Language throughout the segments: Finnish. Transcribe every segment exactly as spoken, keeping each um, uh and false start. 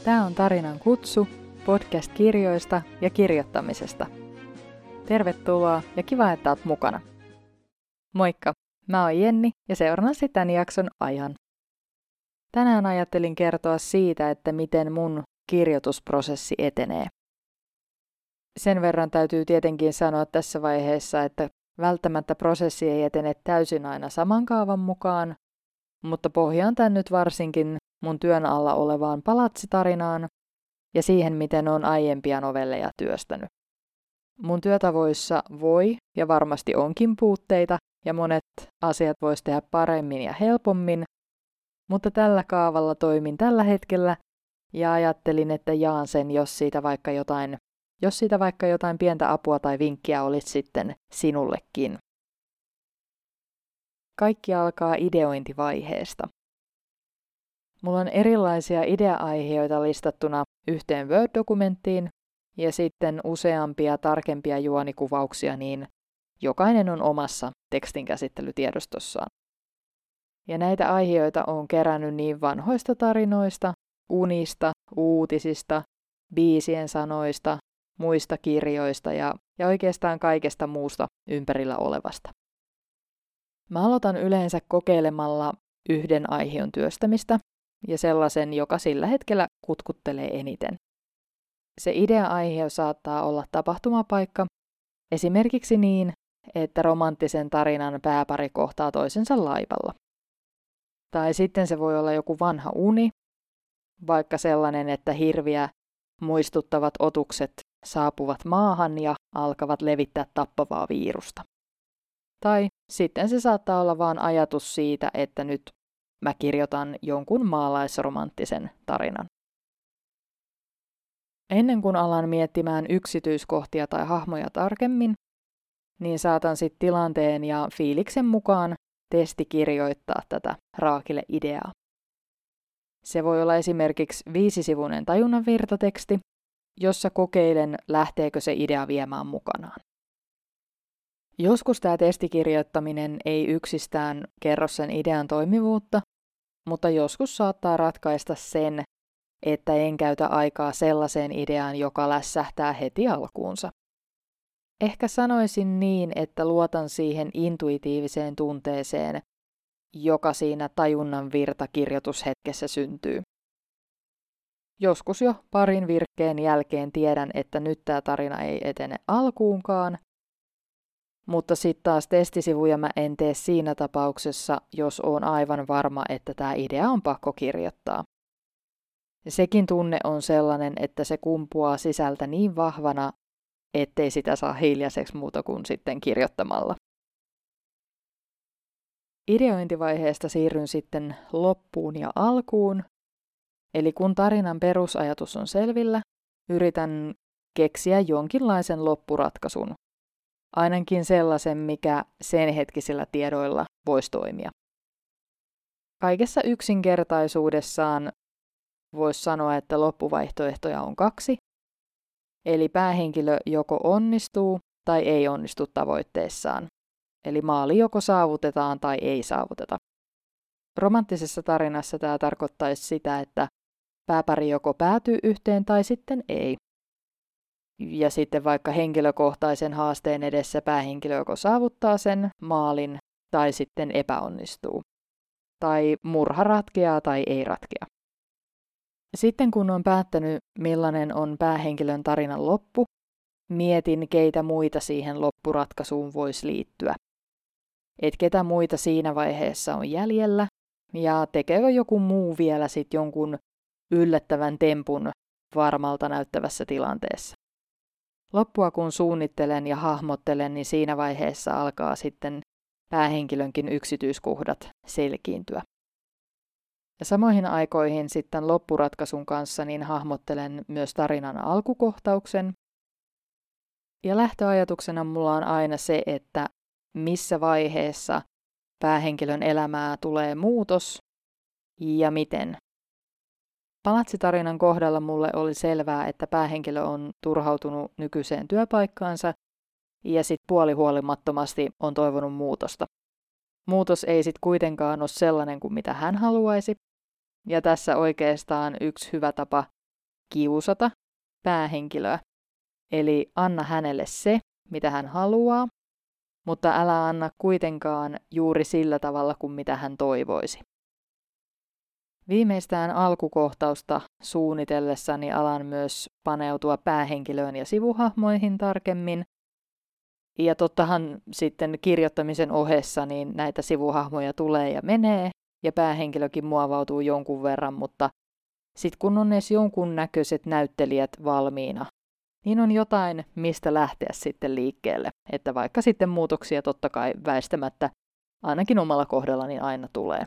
Tämä on Tarinan kutsu, podcast kirjoista ja kirjoittamisesta. Tervetuloa ja kiva, että oot mukana. Moikka, mä oon Jenni ja seurannasi tämän jakson ajan. Tänään ajattelin kertoa siitä, että miten mun kirjoitusprosessi etenee. Sen verran täytyy tietenkin sanoa tässä vaiheessa, että välttämättä prosessi ei etene täysin aina saman kaavan mukaan, mutta pohjaan tän nyt varsinkin mun työn alla olevaan palatsitarinaan ja siihen, miten on aiempia novelleja työstänyt. Mun työtavoissa voi ja varmasti onkin puutteita ja monet asiat vois tehdä paremmin ja helpommin, mutta tällä kaavalla toimin tällä hetkellä ja ajattelin, että jaan sen, jos siitä vaikka jotain, jos siitä vaikka jotain pientä apua tai vinkkiä olisi sitten sinullekin. Kaikki alkaa ideointivaiheesta. Mulla on erilaisia idea-aiheita listattuna yhteen Word-dokumenttiin ja sitten useampia tarkempia juonikuvauksia, niin jokainen on omassa tekstinkäsittelytiedostossaan. Ja näitä aiheita on kerännyt niin vanhoista tarinoista, unista, uutisista, biisien sanoista, muista kirjoista ja, ja oikeastaan kaikesta muusta ympärillä olevasta. Mä aloitan yleensä kokeilemalla yhden aiheen työstämistä ja sellaisen, joka sillä hetkellä kutkuttelee eniten. Se idea-aihe saattaa olla tapahtumapaikka, esimerkiksi niin, että romanttisen tarinan pääpari kohtaa toisensa laivalla. Tai sitten se voi olla joku vanha uni, vaikka sellainen, että hirviä muistuttavat otukset saapuvat maahan ja alkavat levittää tappavaa virusta. Tai sitten se saattaa olla vain ajatus siitä, että nyt mä kirjoitan jonkun maalaisromanttisen tarinan. Ennen kuin alan miettimään yksityiskohtia tai hahmoja tarkemmin, niin saatan sitten tilanteen ja fiiliksen mukaan testikirjoittaa tätä raakile ideaa. Se voi olla esimerkiksi viisisivuinen tajunnan virtateksti, jossa kokeilen, lähteekö se idea viemään mukanaan. Joskus tämä testikirjoittaminen ei yksistään kerro sen idean toimivuutta, mutta joskus saattaa ratkaista sen, että en käytä aikaa sellaiseen ideaan, joka lässähtää heti alkuunsa. Ehkä sanoisin niin, että luotan siihen intuitiiviseen tunteeseen, joka siinä tajunnan virtakirjoitushetkessä syntyy. Joskus jo parin virkkeen jälkeen tiedän, että nyt tämä tarina ei etene alkuunkaan, mutta sitten taas testisivuja mä en tee siinä tapauksessa, jos oon aivan varma, että tämä idea on pakko kirjoittaa. Ja sekin tunne on sellainen, että se kumpuaa sisältä niin vahvana, ettei sitä saa hiljaiseksi muuta kuin sitten kirjoittamalla. Ideointivaiheesta siirryn sitten loppuun ja alkuun. Eli kun tarinan perusajatus on selvillä, yritän keksiä jonkinlaisen loppuratkaisun. Ainakin sellaisen, mikä sen hetkisillä tiedoilla voisi toimia. Kaikessa yksinkertaisuudessaan voisi sanoa, että loppuvaihtoehtoja on kaksi. Eli päähenkilö joko onnistuu tai ei onnistu tavoitteessaan. Eli maali joko saavutetaan tai ei saavuteta. Romanttisessa tarinassa tämä tarkoittaisi sitä, että pääpari joko päätyy yhteen tai sitten ei. Ja sitten vaikka henkilökohtaisen haasteen edessä päähenkilö joko saavuttaa sen maalin tai sitten epäonnistuu. Tai murha ratkeaa tai ei ratkea. Sitten kun on päättänyt, millainen on päähenkilön tarinan loppu, mietin, keitä muita siihen loppuratkaisuun voisi liittyä. Et ketä muita siinä vaiheessa on jäljellä ja tekeekö joku muu vielä sit jonkun yllättävän tempun varmalta näyttävässä tilanteessa. Loppua kun suunnittelen ja hahmottelen, niin siinä vaiheessa alkaa sitten päähenkilönkin yksityiskohdat selkiintyä. Ja samoihin aikoihin sitten loppuratkaisun kanssa niin hahmottelen myös tarinan alkukohtauksen. Ja lähtöajatuksena mulla on aina se, että missä vaiheessa päähenkilön elämää tulee muutos ja miten. Palatsitarinan kohdalla mulle oli selvää, että päähenkilö on turhautunut nykyiseen työpaikkaansa ja sit puolihuolimattomasti on toivonut muutosta. Muutos ei sit kuitenkaan ole sellainen kuin mitä hän haluaisi. Ja tässä oikeastaan yksi hyvä tapa kiusata päähenkilöä. Eli anna hänelle se, mitä hän haluaa, mutta älä anna kuitenkaan juuri sillä tavalla kuin mitä hän toivoisi. Viimeistään alkukohtausta suunnitellessani alan myös paneutua päähenkilöön ja sivuhahmoihin tarkemmin. Ja tottahan sitten kirjoittamisen ohessa niin näitä sivuhahmoja tulee ja menee, ja päähenkilökin muovautuu jonkun verran, mutta sitten kun on edes jonkun näköiset näyttelijät valmiina, niin on jotain, mistä lähteä sitten liikkeelle. Että vaikka sitten muutoksia totta kai väistämättä ainakin omalla kohdallani aina tulee.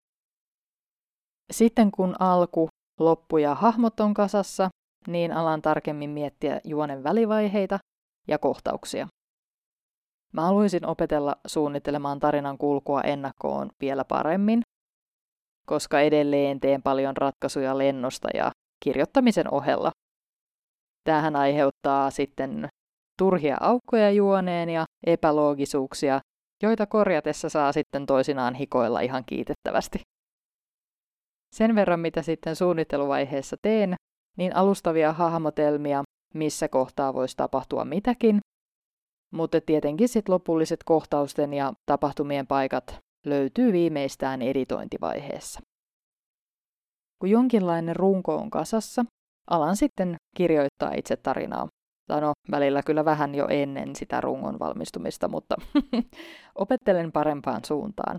Sitten kun alku, loppu ja hahmot on kasassa, niin alan tarkemmin miettiä juonen välivaiheita ja kohtauksia. Mä haluaisin opetella suunnittelemaan tarinan kulkua ennakkoon vielä paremmin, koska edelleen teen paljon ratkaisuja lennosta ja kirjoittamisen ohella. Tämähän aiheuttaa sitten turhia aukkoja juoneen ja epäloogisuuksia, joita korjatessa saa sitten toisinaan hikoilla ihan kiitettävästi. Sen verran, mitä sitten suunnitteluvaiheessa teen, niin alustavia hahmotelmia, missä kohtaa voisi tapahtua mitäkin, mutta tietenkin sitten lopulliset kohtausten ja tapahtumien paikat löytyy viimeistään editointivaiheessa. Kun jonkinlainen runko on kasassa, alan sitten kirjoittaa itse tarinaa. Tai no, välillä kyllä vähän jo ennen sitä rungon valmistumista, mutta opettelen parempaan suuntaan.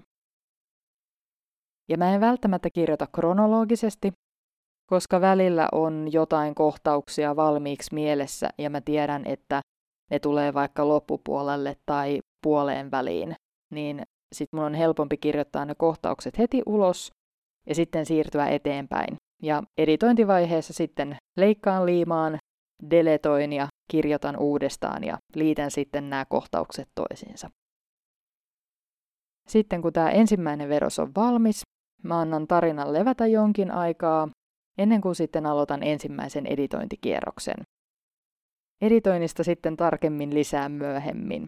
Ja mä en välttämättä kirjoita kronologisesti, koska välillä on jotain kohtauksia valmiiksi mielessä ja mä tiedän, että ne tulee vaikka loppupuolelle tai puoleen väliin, niin sit mun on helpompi kirjoittaa ne kohtaukset heti ulos ja sitten siirtyä eteenpäin. Ja editointivaiheessa sitten leikkaan liimaan, deletoin ja kirjoitan uudestaan ja liitän sitten nämä kohtaukset toisiinsa. Sitten kun tämä ensimmäinen vedos on valmis, mä annan tarinan levätä jonkin aikaa, ennen kuin sitten aloitan ensimmäisen editointikierroksen. Editoinnista sitten tarkemmin lisää myöhemmin.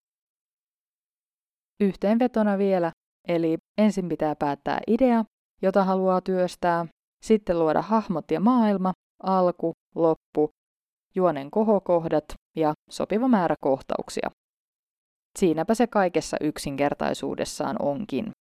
Yhteenvetona vielä, eli ensin pitää päättää idea, jota haluaa työstää, sitten luoda hahmot ja maailma, alku, loppu, juonen kohokohdat ja sopiva määrä kohtauksia. Siinäpä se kaikessa yksinkertaisuudessaan onkin.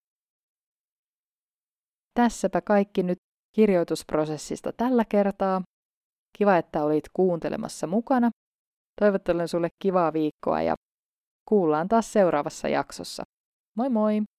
Tässäpä kaikki nyt kirjoitusprosessista tällä kertaa. Kiva, että olit kuuntelemassa mukana. Toivottelen sulle kivaa viikkoa ja kuullaan taas seuraavassa jaksossa. Moi moi!